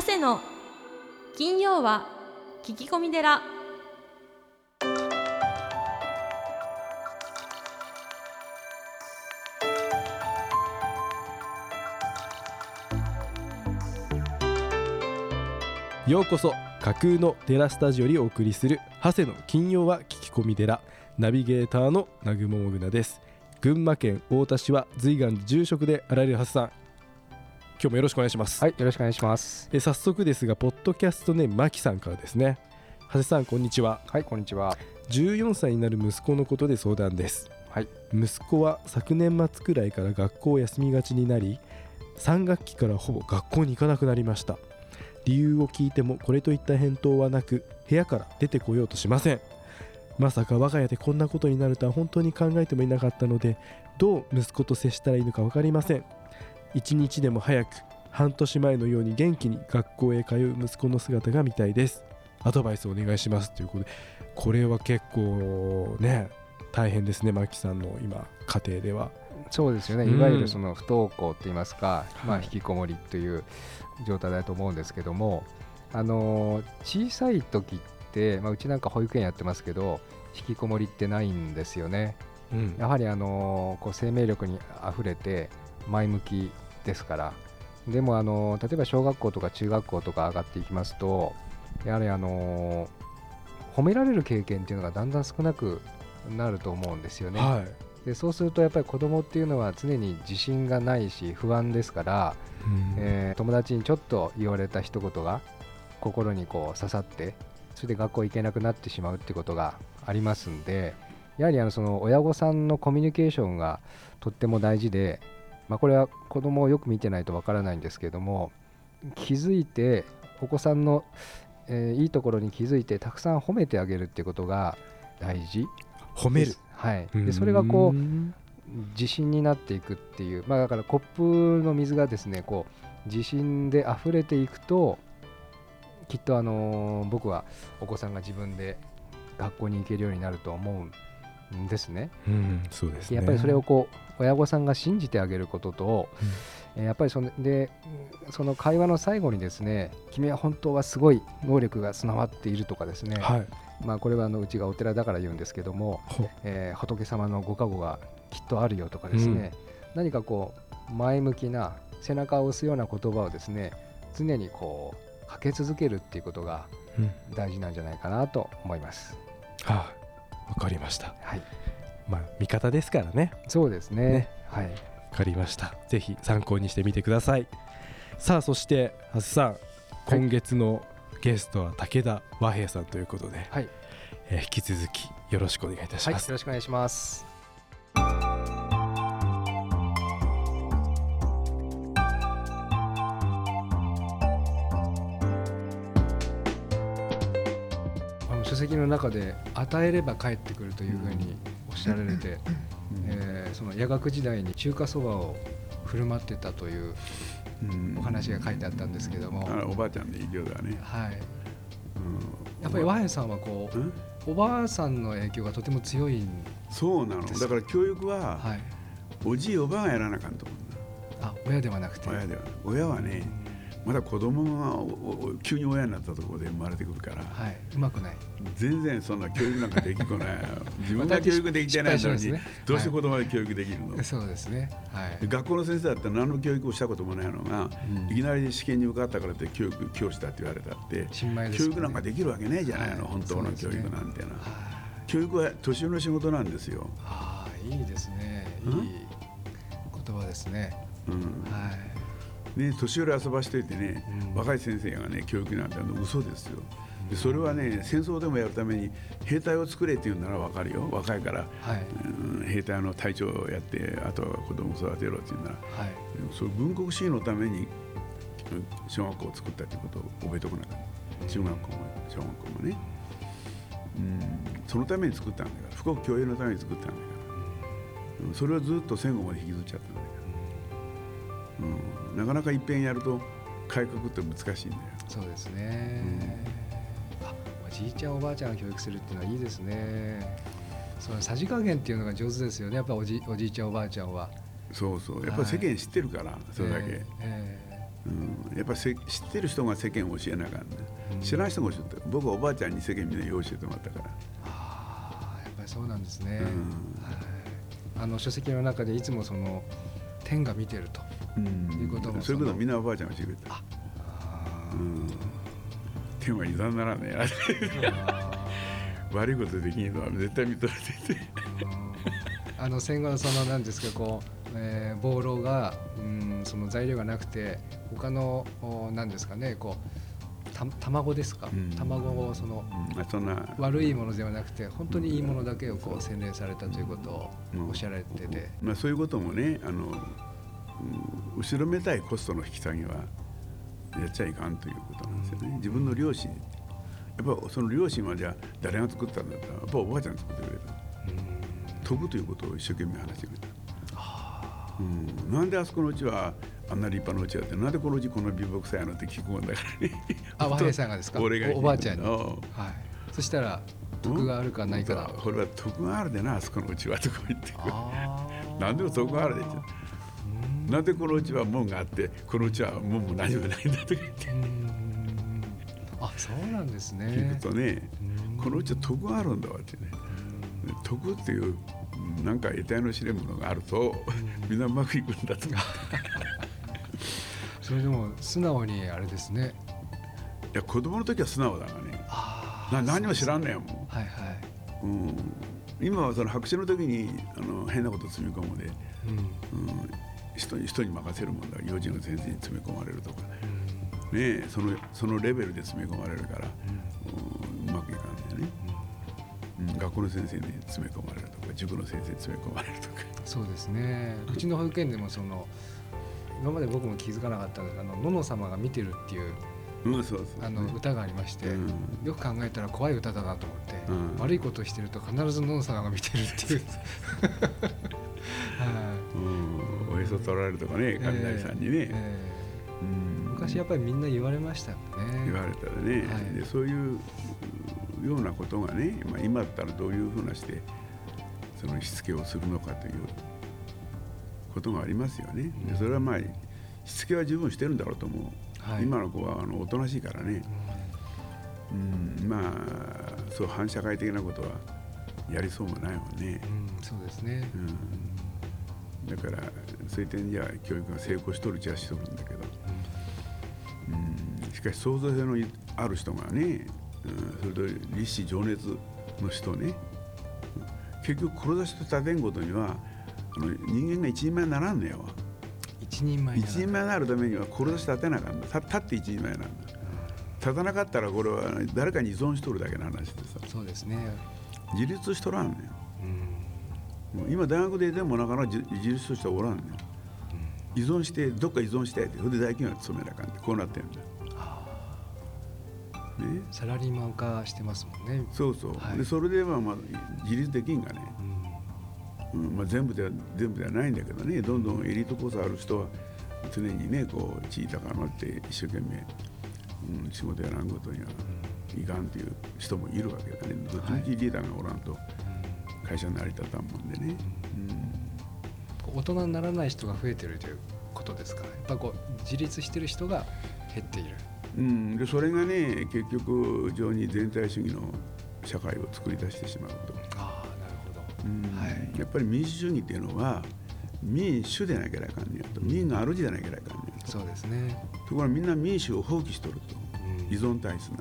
谷の金曜は聞き込み寺。 ようこそ架空の寺スタジオにお送りする長谷の金曜は聞き込み寺、ナビゲーターの南雲もぐなです。群馬県太田市は随願寺住職であられる長谷さん、今日もよろしくお願いします。 はい、よろしくお願いします。 早速ですが、ポッドキャストネームマキさんからですね。長谷さん、こんにちは。 はい、こんにちは。 14歳になる息子のことで相談です。 はい、 息子は昨年末くらいから学校を休みがちになり、3学期からほぼ学校に行かなくなりました。理由を聞いてもこれといった返答はなく、部屋から出てこようとしません。まさか我が家でこんなことになるとは本当に考えてもいなかったので、どう息子と接したらいいのか分かりません。一日でも早く半年前のように元気に学校へ通う息子の姿が見たいです。アドバイスお願いしますということで、これは結構ね大変ですね、マキさんの今家庭では。 そうですよね、いわゆるその不登校って言いますか、引きこもりという状態だと思うんですけども、小さい時って、うちなんか保育園やってますけど、引きこもりってないんですよね。やはりこう生命力にあふれて前向きですから。でも例えば小学校とか中学校とか上がっていきますと、やはり褒められる経験っていうのがだんだん少なくなると思うんですよね。でそうするとやっぱり子供っていうのは常に自信がないし不安ですから、友達にちょっと言われた一言が心にこう刺さって、それで学校行けなくなってしまうってことがありますんで、やはりその親御さんのコミュニケーションがとっても大事で、これは子供をよく見てないとわからないんですけれども、気づいてお子さんの、いいところに気づいてたくさん褒めてあげるっていうことが大事。 褒める、 でそれがこう自信になっていくっていう、だからコップの水がですね、こう自信で溢れていくと、きっと僕はお子さんが自分で学校に行けるようになると思うんですね。 そうですね。 やっぱりそれをこう親御さんが信じてあげることと、やっぱりその会話の最後にですね、君は本当はすごい能力が備わっているとかですね、これはうちがお寺だから言うんですけども、仏様のご加護がきっとあるよとかですね、何かこう前向きな背中を押すような言葉をですね、常にこうかけ続けるっていうことが大事なんじゃないかなと思います。 わかりました。味方ですからね。 そうですね。わかりました。ぜひ参考にしてみてください。さあ、そして長谷さん、今月のゲストは武田和平さんということで、引き続きよろしくお願いいたします。 よろしくお願いします。書籍の中で与えれば返ってくるというふうにおっしゃられて、その夜学時代に中華そばを振る舞ってたというお話が書いてあったんですけども、 おばあちゃんの影響だね。 やっぱり和平さんはこう、おばあさんの影響がとても強いんです。 そうなの。だから教育は、おじいおばあがやらなあかんと思うんだ。 親ではなくて。 親はね、まだ子供が急に親になったところで生まれてくるから、 うまくない。 全然そんな教育なんかできこない。自分が教育できてないのに、どうして子供が教育できるの。 そうですね。 学校の先生だったら何の教育をしたこともないのが、いきなり試験に受かったからって教育教師だって言われたって、教育なんかできるわけないじゃないの、本当の教育なんてな。教育は年寄りの仕事なんですよ。 いいですね。いい言葉ですね。 年寄り遊ばしていてね、若い先生がね教育なんて嘘ですよ。でそれはね、戦争でもやるために兵隊を作れって言うなら分かるよ。若いから、兵隊の隊長をやって、あとは子供を育てろって言うなら、それ軍国主義のために小学校を作ったということを覚えておかなかった。中学校も小学校もね、そのために作ったんだから、富国強栄のために作ったんだから、それをずっと戦後まで引きずっちゃったんだから、なかなか一遍やると改革って難しいんだよ。 そうですね。おじいちゃんおばあちゃんが教育するっていうのはいいですね。そのさじ加減っていうのが上手ですよね。やっぱおじいちゃんおばあちゃんは。 そうそう、やっぱり世間知ってるから、それだけ。 やっぱり知ってる人が世間を教えなあかんね、知らない人が教えて、僕はおばあちゃんに世間みんな教えてもらったから。 やっぱりそうなんですね、書籍の中でいつもその天が見てるということも、 そういうことをみんなおばあちゃんが教えてくれた。天は油断ならねえ悪いことできんのは絶対認めてて戦後のその何ですかこう、暴露がその材料がなくて他の何ですかねこう卵ですか、卵をそのそんな悪いものではなくて本当にいいものだけをこう洗練されたということをおっしゃられてて、 そういうこともね後ろめたいコストの引き下げはやっちゃいかんということなんですよね。自分の良心、やっぱその良心はじゃあ誰が作ったんだったらやっぱおばあちゃんが作ってくれた。飛ぶということを一生懸命話してくれた。なんであそこのうちはあんな立派なうちやって、なんでこのうちこの美朴さやのって聞くもんだからね。 和平さんがですか、 俺がおばあちゃんに、そしたら徳があるかないかだ、 これは徳があるでなあそこのうちはとか言ってなんでも徳があるでしょ、なんでこのうちは門があってこのうちは門も何もないんだとか言ってそうなんですね。 聞くとね、このうちは徳があるんだわってね。徳っていうなんか得体の知れんものがあるとみんなうまくいくんだとかそれでも素直にあれですね。 いや子供の時は素直だからね。何も知らんねんもん。今はその白紙の時に変なこと詰め込むで、人に任せるもんだ。幼稚園の先生に詰め込まれるとかね、そのレベルで詰め込まれるから、うまくいかんだよね。学校の先生に詰め込まれるとか塾の先生に詰め込まれるとか。 そうですね。うちの保育園でも今まで僕も気づかなかったんですがのの様が見てるっていう歌がありまして、よく考えたら怖い歌だなと思って、悪いことをしてると必ずのの様が見てるっていうおへそ取られるとかね、雷さんにね、 昔やっぱりみんな言われましたよね。 言われたらね、でそういうようなことがね、今だったらどういうふうなしてそのしつけをするのかということがありますよね。でそれはしつけは十分してるんだろうと思う。今の子はおとなしいからね、そう反社会的なことはやりそうもないもんね。 そうですね。 だからそういう点じゃ教育が成功しとるっちゃしとるんだけど、しかし創造性のある人がね、それと立志情熱の人ね、結局志と立てんことには人間が一人前にならんのやわ。一人前になるためには志立てなあかんだ。立って一人前なんだ。立たなかったらこれは誰かに依存しとるだけの話でさ。 そうですね。 自立しとらんねん。今大学でもなかなか自立としてはおらんねん。依存してどっか依存したいって、それで大企業に勤めなあかんってこうなってるんだ。 サラリーマン化してますもんね。 そうそう、でそれでは自立できんがね、全部ではないんだけどね、どんどんエリートコースある人は常にねこう地位高まって一生懸命、仕事やらんことにはいかんという人もいるわけだね。どっちみちリーダーがおらんと会社成り立たんもんでね、 大人にならない人が増えてるということですか。やっぱ自立してる人が減っている。 でそれがね結局非常に全体主義の社会を作り出してしまうと。 なるほど。 やっぱり民主主義っていうのは民主でなきゃいかんねやと、民が主じゃなきゃいかんねやと。 そうですね。 ところがみんな民主を放棄しとると、依存体質になって、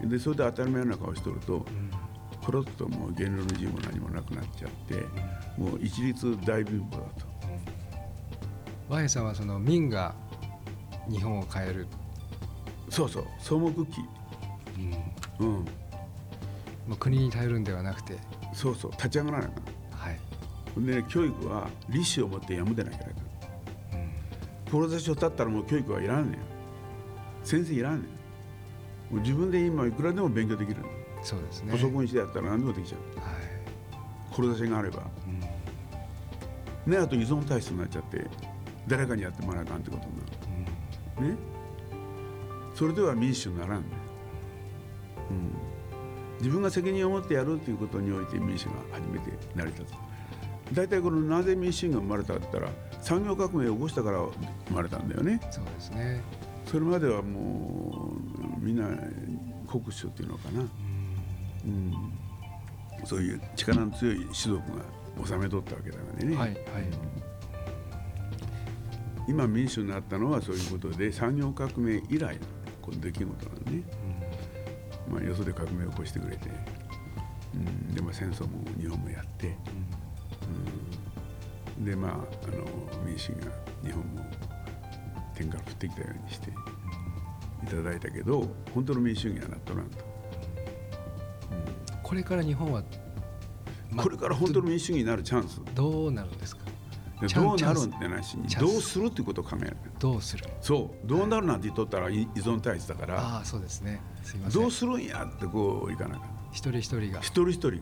でそれで当たり前の顔しとると、コロッともう言論の自由も何もなくなっちゃって、もう一律大貧乏だと。 和平さんはその民が日本を変える。 そうそう、草木期。 もう国に頼るんではなくて。 そうそう、立ち上がらなきゃ。で、教育は立志を持ってやむでなきゃいけない。志を立ったらもう教育はいらんねん。先生いらんねん。もう自分で今いくらでも勉強できる。 そうですね。 パソコンしてやったら何でもできちゃう。志があれば。あと依存体質になっちゃって誰かにやってもらわなあかんってことになる。それでは民主にならんね。自分が責任を持ってやるということにおいて民主が初めて成り立つ。大体このなぜ民主主義が生まれたって言ったら産業革命を起こしたから生まれたんだよね。 そうですね。 それまではもうみんな国主っていうのかな、そういう力の強い士族が治めとったわけだからね、 はいはい、 今民主になったのはそういうことで産業革命以来のこの出来事なんね、よそで革命を起こしてくれて、で戦争も日本もやって、で民主が日本も天から降ってきたようにしていただいたけど、本当の民主主義はなっとらんと、 これから日本は、 これから本当の民主主義になるチャンス、 どうなるんですか。 どうなるんってなしにどうするっていうことを考える。 どうする。 そうどうなるなんて言っとったら依存体質だから、 あ、そうですね。すいません。 どうするんやってこういかなかった。 一人一人が。 一人一人が。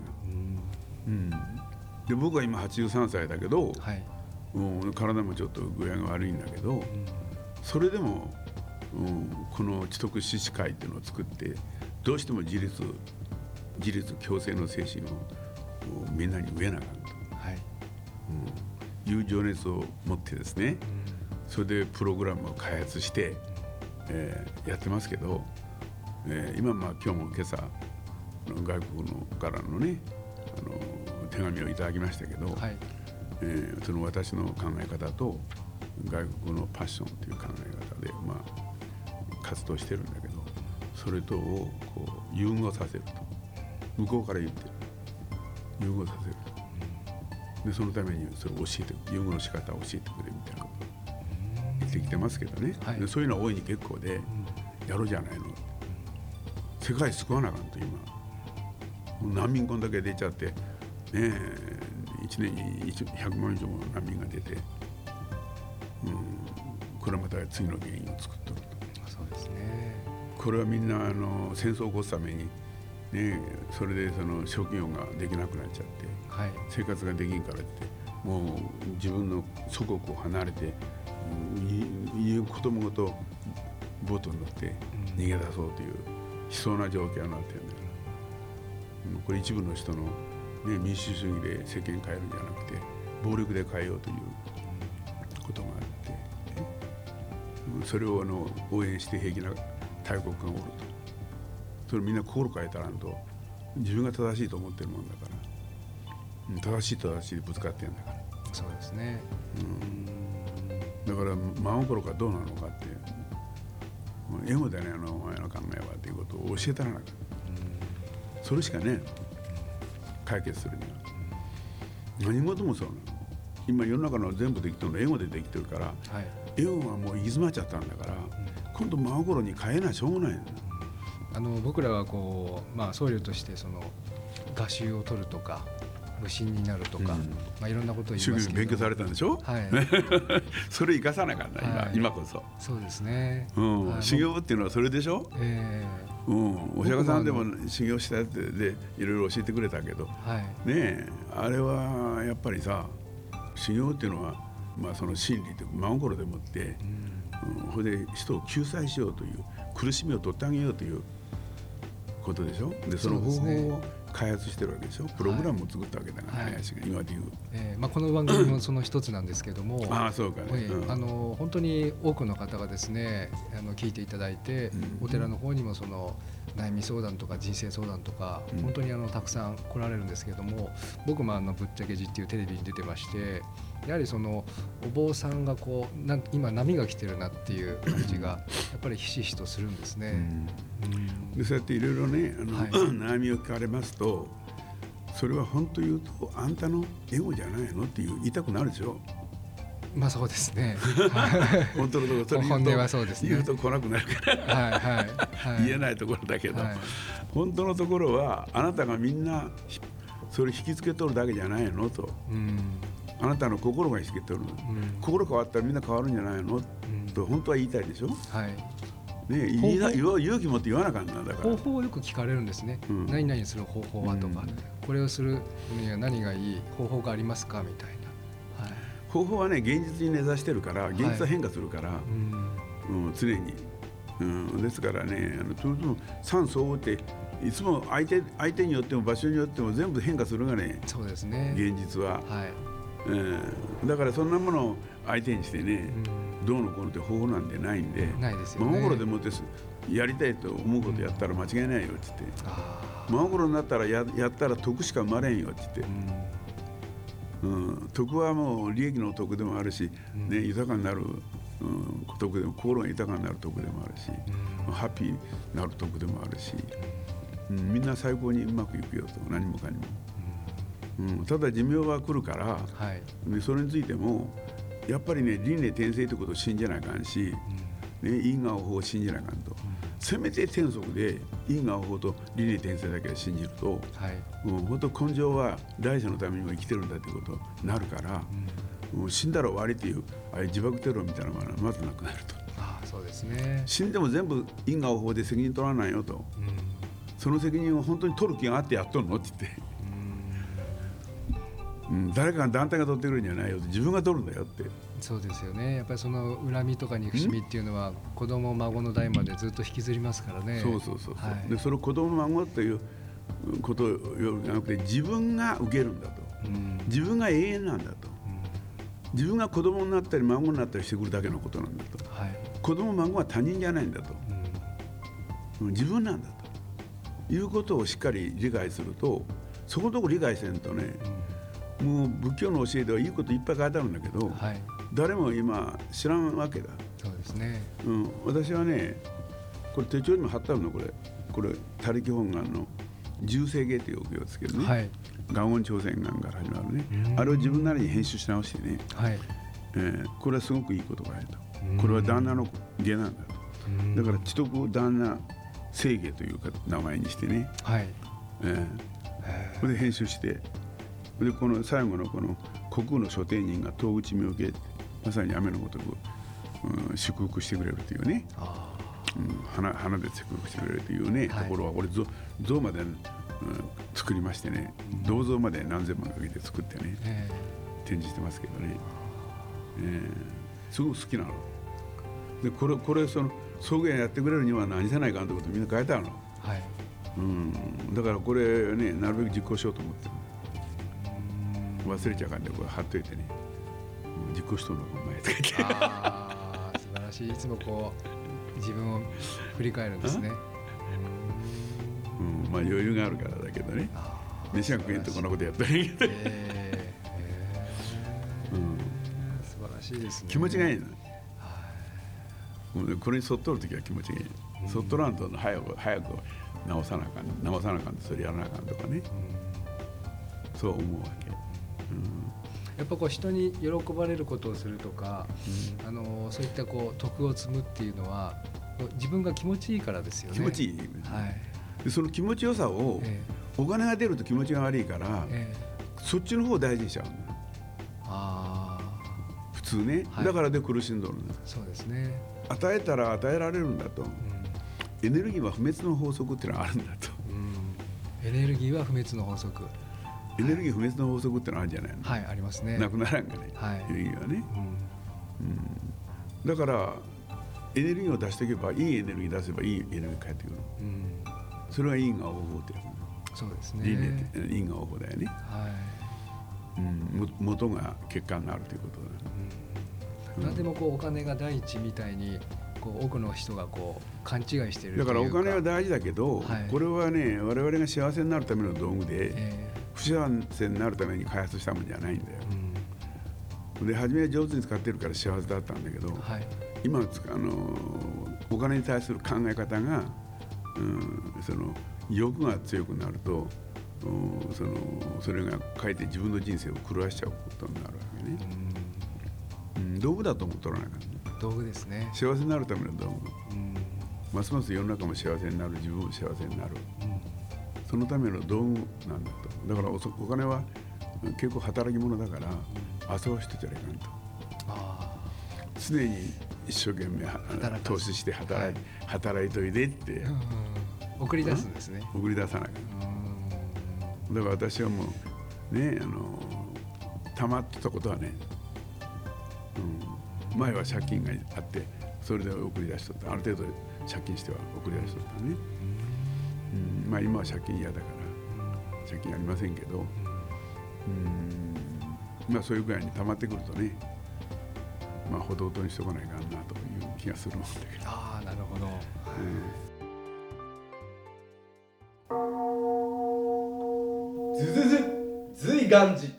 で僕は今83歳だけど、はい、体もちょっと具合が悪いんだけど、それでも、この知徳志士会っていうのを作ってどうしても自立共生の精神をみんなに植えなあかんと、はい、いう情熱を持ってですね、それでプログラムを開発して、やってますけど、今今日も今朝外国のからのね手紙をいただきましたけど、はい、その私の考え方と外国のパッションという考え方で、活動してるんだけど、それとをこう融合させると、向こうから言ってる、融合させると、でそのためにそれを融合の仕方を教えてくれみたいなことを言ってきてますけどね、はい、でそういうのは大いに結構で、やろうじゃないの、世界救わなあかんと。今難民こんだけ出ちゃってね、1年に100万以上の難民が出て、これはまた次の原因を作っとると。 そうですね。 これはみんな戦争を起こすために、ね、それでその職業ができなくなっちゃって、はい、生活ができんからってもう自分の祖国を離れて、子供ごとボートに乗って逃げ出そうという悲壮な状況になってるんだから、これ一部の人の、民主主義で世間変えるんじゃなくて暴力で変えようということがあって、それを応援して平気な大国がおると。それみんな心変えたらんと、自分が正しいと思ってるもんだから、正しいでぶつかってるんだから。 そうですね、 だから真心かどうなのかって、エゴだねお前の考えはっていうことを教えたらなかった、それしかね解決するには。何事もそうなの。今世の中の全部できてるのエゴでできてるから、はい、エゴはもう行き詰まっちゃったんだから、今度真心に変えなしょうがないの。 僕らはこう、僧侶としてその画集を取るとか無心になるとか、いろんなことを言いますけど、 勉強されたんでしょ、はい、それ生かさなかった、今こそ。 そうですね、 修行っていうのはそれでしょ、お釈迦さんでも修行したってでいろいろ教えてくれたけど、ね、あれはやっぱりさ、修行っていうのは、その真理という真心でもって、それで人を救済しようという、苦しみを取ってあげようということでしょ。でその方法を開発してるわけでしょ。プログラムを作ったわけだから、林が今で言う、 この番組もその一つなんですけどもそうかね、 本当に多くの方がですね聞いていただいて、お寺の方にもその悩み相談とか人生相談とか、本当にたくさん来られるんですけども、僕もぶっちゃけじっていうテレビに出てまして、やはりそのお坊さんがこう今波が来てるなっていう感じがやっぱりひしひしとするんですね。 でそうやっていろいろね悩みを聞かれますと、それは本当言うとあんたのエゴじゃないのって言いたくなるでしょ。 そうですね。 本当のところそれ本音はそうですね。 言うと来なくなるから言えないところだけど、本当のところはあなたがみんなそれ引きつけとるだけじゃないのと。あなたの心が引きつけてるの、心変わったらみんな変わるんじゃないの、と本当は言いたいでしょ。勇気持って言わなかったんだから。 方法をよく聞かれるんですね。何々する方法はとか、これをするには何がいい方法がありますかみたいな。 方法はね現実に根ざしてるから、現実は変化するから、常に、ですからね三相応っていつも相手によっても場所によっても全部変化するがね。 そうですね。 現実は、 だからそんなものを相手にしてね、どうのこうのって方法なんてないんで、 ないですよね。 真心でもってやりたいと思うことやったら間違いないよって言って、真心になったら やったら得しか生まれんよって言って、得はもう利益の得でもあるし、ね、豊かになる、得でも、心が豊かになる得でもあるし、ハッピーになる得でもあるし、みんな最高にうまくいくよと、何もかにも。ただ寿命は来るから、でそれについてもやっぱりね、輪廻転生ということを信じなあかんし、因果応報を信じなあかんと。せめて天則で因果応報と輪廻転生だけを信じると、本当根性は来世のためにも生きてるんだということになるから、死んだら終わりっていう自爆テロみたいなのがまずなくなると。 そうですね。 死んでも全部因果応報で責任取らないよと、その責任を本当に取る気があってやっとるのって言って、誰かが団体が取ってくるんじゃないよって、自分が取るんだよって。 そうですよね。やっぱりその恨みとか憎しみっていうのは子供孫の代までずっと引きずりますからね。 そう、でそれを子供孫ということよりなくて、自分が受けるんだと、自分が永遠なんだと、自分が子供になったり孫になったりしてくるだけのことなんだと、子供孫は他人じゃないんだと、自分なんだということをしっかり理解すると、そこのところ理解せんとね、もう仏教の教えではいいこといっぱい書いてあるんだけど、誰も今知らんわけだ。 そうですね。 私はね、これ手帳にも貼ってあるの、これ他力本願の重生芸というお経ですけどね、願音朝鮮願から始まるね、あれを自分なりに編集し直してね、これはすごくいいことがあると。これは旦那の芸なんだと。だから知徳旦那生芸という名前にしてね、これで編集して、でこの最後のこの虚空の諸天人が東口妙見、まさに雨のごとく、祝福してくれるというね、花で祝福してくれるというね、ところは俺像まで、作りましてね、銅像まで何千万かけて作ってね、展示してますけどね、すごく好きなので、これその草原やってくれるには何せないかんってことみんな書いてあるの、だからこれね、なるべく実行しようと思ってる。忘れちゃうかんで、これ貼っといてね、実行しとるのお前って書いて。 素晴らしい。いつもこう自分を振り返るんですね。 まあ余裕があるからだけどね、飯が食えんとこんなことやったらいいけど、 素晴らしいですね。 気持ちがいいの、これに沿っとるときは気持ちがいい。沿っとらんと早く直さなあかんと、それやらなあかんとかね、そう思うわけ。 やっぱこう人に喜ばれることをするとか、そういったこう徳を積むっていうのは自分が気持ちいいからですよね。 気持ちいい、でその気持ちよさを、お金が出ると気持ちが悪いから、そっちの方を大事にしちゃうんだ。普通ね、だからで苦しんどるんだ。 そうですね。 与えたら与えられるんだと、エネルギーは不滅の法則っていうのがあるんだと、 エネルギーは不滅の法則、 エネルギー不滅の法則ってのあるんじゃないの。 ありますね。 なくならんがね、エネルギーはね、だからエネルギーを出していけば、いいエネルギー出せばいいエネルギー返ってくる、それが因果応報ってやつ。 そうですね。 因果応報だよね、元が結果になるということだ。 何でもこうお金が第一みたいにこう多くの人がこう勘違いしているというか。 だからお金は大事だけど、これはね、我々が幸せになるための道具で、不幸せになるために開発したもんじゃないんだよ。で初めは上手に使ってるから幸せだったんだけど、今お金に対する考え方が、その欲が強くなると、それがかえって自分の人生を狂わしちゃうことになるわけね。道具だと思っとらなかった。 道具ですね。 幸せになるための道具、ますます世の中も幸せになる、自分も幸せになる、そのための道具なんだと。だからお金は結構働き者だから遊ばしてちゃいかんと。常に一生懸命投資して働いといでって送り出すんですね。 送り出さなきゃ。だから私はもうね、たまってたことはね、前は借金があってそれで送り出しとった。ある程度借金しては送り出しとったね。まあ今は借金嫌だから借金ありませんけど、 そういう具合に溜まってくるとね、ほどほどにしとかないかなという気がするんだけど。 ああ、なるほど。 ずずず随願寺、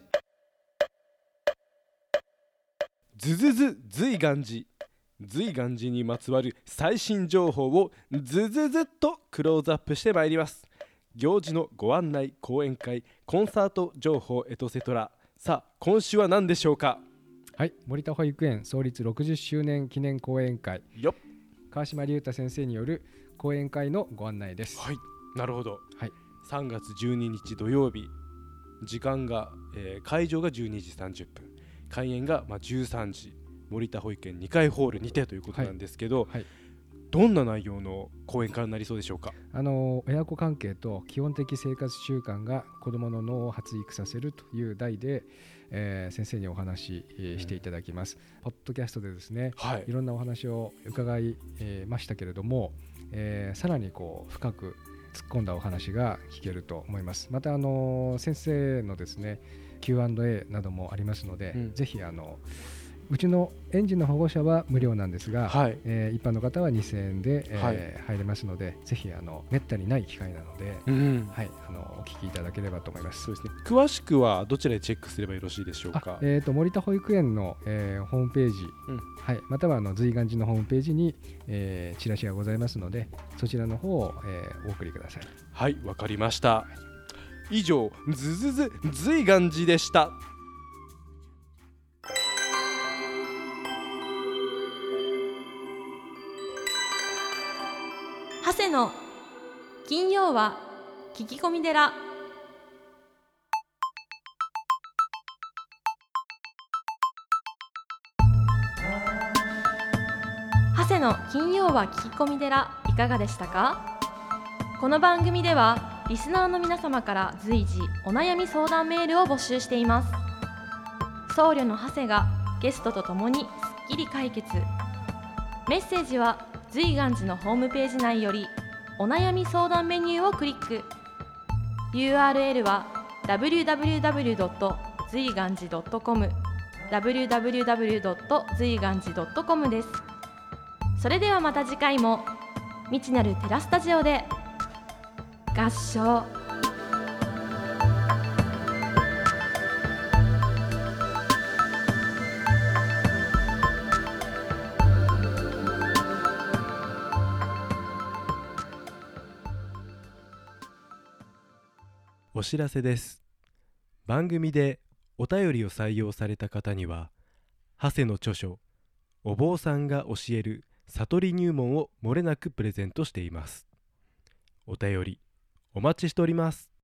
ずずず随願寺、随願寺にまつわる最新情報をずずずっとクローズアップしてまいります。行事のご案内、講演会、コンサート情報エトセトラ。さあ、今週は何でしょうか。 はい、森田保育園創立60周年記念講演会、 よっ、 川島隆太先生による講演会のご案内です。 はい、なるほど。 はい、 3月12日土曜日、時間が、会場が12時30分、開演が13時、森田保育園2階ホールにてということなんですけど、 はいはい、 どんな内容の講演会になりそうでしょうか。 親子関係と基本的生活習慣が子どもの脳を発育させるという題で、先生にお話し、していただきます。ポッドキャストでですね、いろんなお話を伺い、ましたけれども、さらに深く突っ込んだお話が聞けると思います。また先生のですね Q&A などもありますので、ぜひうちの園児の保護者は無料なんですが、一般の方は2000円で、入れますので、ぜひめったにない機会なので、お聞きいただければと思います。 そうですね。詳しくはどちらでチェックすればよろしいでしょうか。 森田保育園の、ホームページ、または随願寺のホームページに、チラシがございますので、そちらの方を、お送りください。 はい、わかりました。以上、ずずず随願寺でした。 長谷の金曜は聞き込み寺。長谷の金曜は聞き込み寺、いかがでしたか。この番組ではリスナーの皆様から随時お悩み相談メールを募集しています。僧侶の長谷がゲストとともにすっきり解決。メッセージは随願寺のホームページ内よりお悩み相談メニューをクリック。 URL は www. 随願寺 .com www. 随願寺 .com です。それではまた次回も未知なるテラスタジオで合唱。 お知らせです。番組でお便りを採用された方には、長谷の著書お坊さんが教える悟り入門をもれなくプレゼントしています。お便りお待ちしております。